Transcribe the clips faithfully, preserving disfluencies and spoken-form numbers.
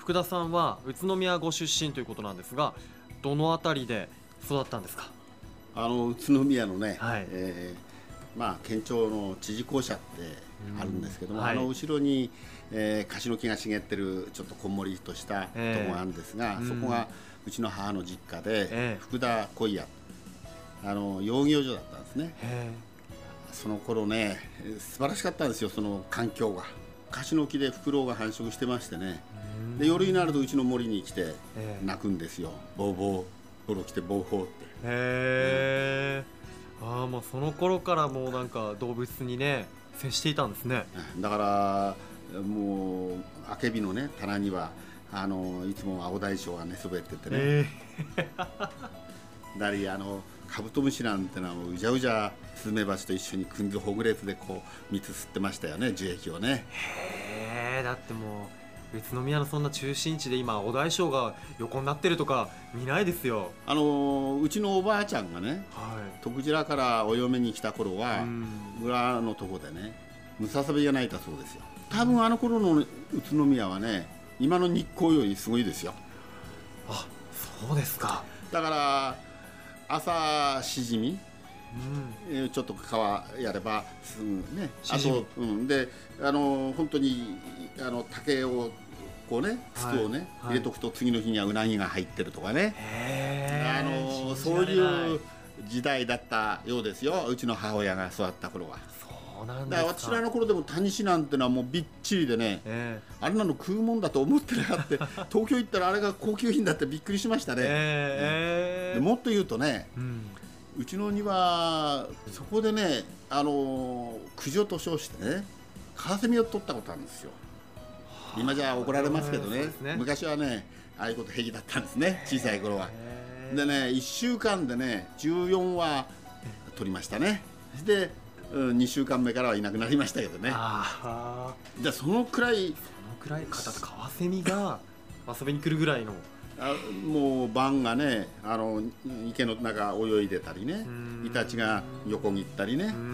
福田さんは宇都宮ご出身ということなんですが、どのあたりで育ったんですか？ あの宇都宮のね、 はい、 えーまあ、県庁の知事公舎ってあるんですけども、 はい、 あの後ろに、えー、樫の木が茂ってるちょっとこんもりとしたところがあるんですが、えー、そこがうちの母の実家で、えー、福田小屋、あの養業所だったんですね。えー、その頃ね素晴らしかったんですよ、その環境が。樫の木でフクロウが繁殖してましてね、で夜になるとうちの森に来て鳴くんですよ、ボーボーボロ来てボーホーって。 へー、うん、あもうその頃からもうなんか動物にね接していたんですね。 だからもうあけびのね棚にはあのいつも青大将が寝そべっててね、えー、だりあのカブトムシなんてのはうじゃうじゃスズメバチと一緒にくんずほぐれつでこう蜜吸ってましたよね、樹液をね。 へー、だってもう宇都宮のそんな中心地で今お大将が横になってるとか見ないですよ。 あのうちのおばあちゃんがね、はい、徳次からお嫁に来た頃は村のとこでねムササビが鳴いたそうですよ。多分あの頃の宇都宮はね今の日光よりすごいですよ。 あ、そうですか。 だから朝しじみ、うん、ちょっと皮やればすぐね、あと、うん、であの本当にあの竹をこうね筒をね、はい、入れとくと次の日にはうなぎが入ってるとかね、あのそういう時代だったようですよ、うちの母親が育った頃は。 そうなんですか。 だから私らの頃でもタニシなんてのはもうびっちりでね、えー、あれなの食うもんだと思ってなかった東京行ったらあれが高級品だってびっくりしましたね、えー、でもっと言うとね、うん、うちの庭そこでね、あの駆除と称してねカワセミを取ったことあるんですよ。今じゃ怒られますけど ね, ね昔はねああいうこと平気だったんですね、小さい頃は。でねいっしゅうかんでねじゅうよんわ取りましたね。で、うん、にしゅうかんめからはいなくなりましたけどね。あじゃあそのくらいそのくらいかだとカワセミが遊びに来るぐらいのあもう晩がねあの池の中泳いでたりね、イタチが横切ったりね。うーん、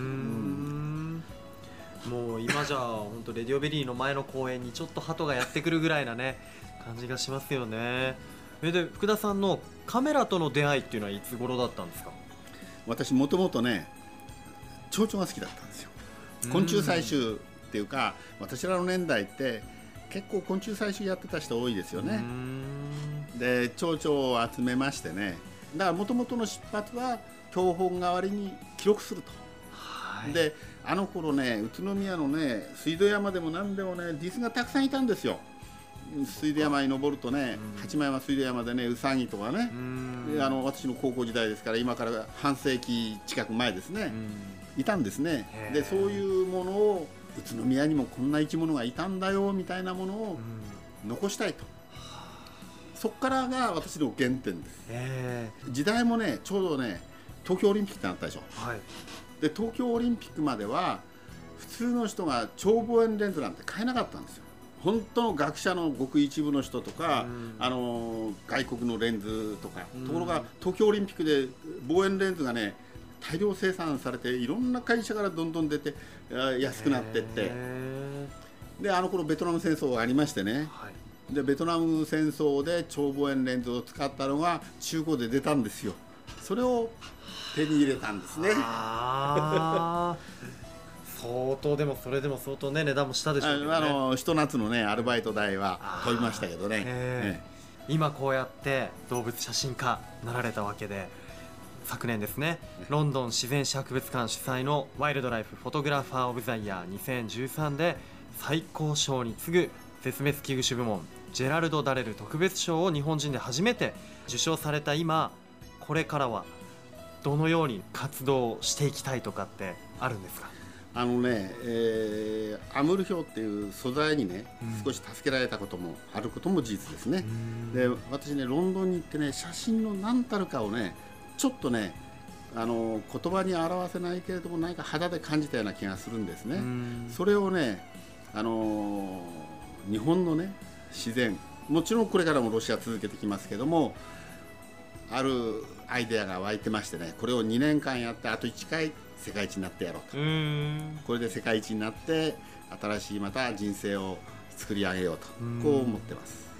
うん、もう今じゃ本当レディオベリーの前の公園にちょっと鳩がやってくるぐらいなね感じがしますよね。で福田さんのカメラとの出会いっていうのはいつ頃だったんですか？ 私もともとね蝶々が好きだったんですよ。昆虫採集っていうか私らの年代って結構昆虫採集やってた人多いですよね。で蝶々を集めましてね、だからもともとの出発は標本代わりに記録すると、はい、であの頃ね宇都宮のね水道山でも何でもねリスがたくさんいたんですよ。水道山に登るとね八幡山水道山でねウサギとかね、あの私の高校時代ですから今から半世紀近く前ですねいたんですね。でそういうものを宇都宮にもこんな生き物がいたんだよみたいなものを残したいと、そこからが私の原点です。時代もねちょうどね東京オリンピックってなったでしょ、はい、で東京オリンピックまでは普通の人が超望遠レンズなんて買えなかったんですよ。本当の学者のごく一部の人とか、あの外国のレンズとか、ところが東京オリンピックで望遠レンズがね大量生産されていろんな会社からどんどん出て安くなっていって、であの頃ベトナム戦争がありましてね、はい、でベトナム戦争で超望遠レンズを使ったのが中古で出たんですよ。それを手に入れたんですね。 あ相当でもそれでも相当ね値段もしたでしょうけどね。 あのひと夏のねアルバイト代は飛びましたけどね、えー、今こうやって動物写真家なられたわけで、昨年ですねロンドン自然史博物館主催のワイルドライフフォトグラファーオブザイヤーにせんじゅうさんで最高賞に次ぐ絶滅危惧種部門ジェラルド・ダレル特別賞を日本人で初めて受賞された今、これからはどのように活動していきたいとかってあるんですか？ あのね、えー、アムールヒョウっていう素材にね、うん、少し助けられたこともあることも事実ですね。で私ねロンドンに行ってね写真の何たるかをねちょっとねあの言葉に表せないけれども何か肌で感じたような気がするんですね。それをねあの日本のね自然、もちろんこれからもロシア続けてきますけども、あるアイデアが湧いてましてね、これをにねんかんやってあといっかい世界一になってやろうと。うーんこれで世界一になって新しいまた人生を作り上げようと、こう思ってます。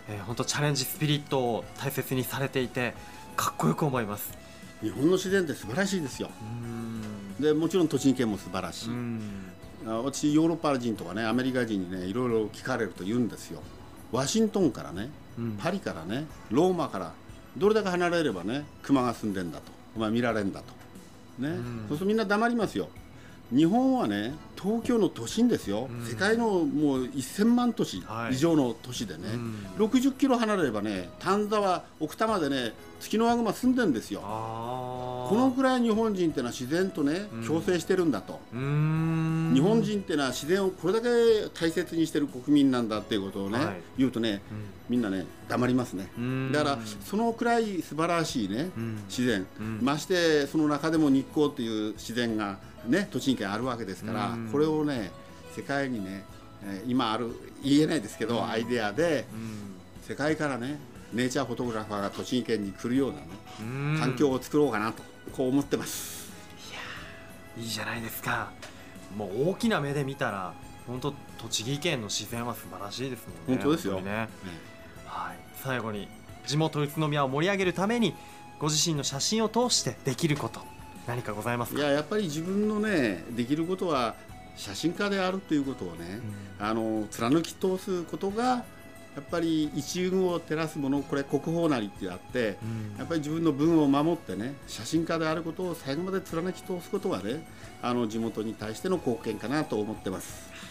えー、本当チャレンジスピリットを大切にされていてかっこよく思います。 日本の自然って素晴らしいですよ。うんでもちろん栃木県も素晴らしい。うん私ヨーロッパ人とかねアメリカ人にねいろいろ聞かれると言うんですよ。ワシントンからね、うん、パリからねローマからどれだけ離れればね熊が住んでんだとお前見られんだとね、うん、そうするとみんな黙りますよ。日本はね東京の都心ですよ、うん、世界のもうせんまん都市以上の都市でね、はいうん、ろくじゅっキロ離れればね丹沢奥多摩でねツキノワグマ住んでるんですよ。このくらい日本人ってのは自然とね共生してるんだと、うん、日本人ってのは自然をこれだけ大切にしてる国民なんだっていうことをね、はい、言うとね、うん、みんなね黙りますね。だからそのくらい素晴らしいね、うん、自然、うん、ましてその中でも日光っていう自然がね栃木県あるわけですから、うん、これをね世界にね今ある言えないですけど、うん、アイデアで、うん、世界からねネイチャーフォトグラファーが栃木県に来るようなね、うん、環境を作ろうかなとこう思ってます。 いやいいじゃないですか。もう大きな目で見たら本当栃木県の自然は素晴らしいですもんね。 本当ですよ、 ねねはい、最後に地元宇都宮を盛り上げるためにご自身の写真を通してできること何かございますか？ いややっぱり自分のねできることは写真家であるということをね、うん、あの貫き通すことがやっぱり一運を照らすものこれ国宝なりってあって、うん、やっぱり自分の文を守ってね写真家であることを最後まで貫き通すことがねあの地元に対しての貢献かなと思ってます。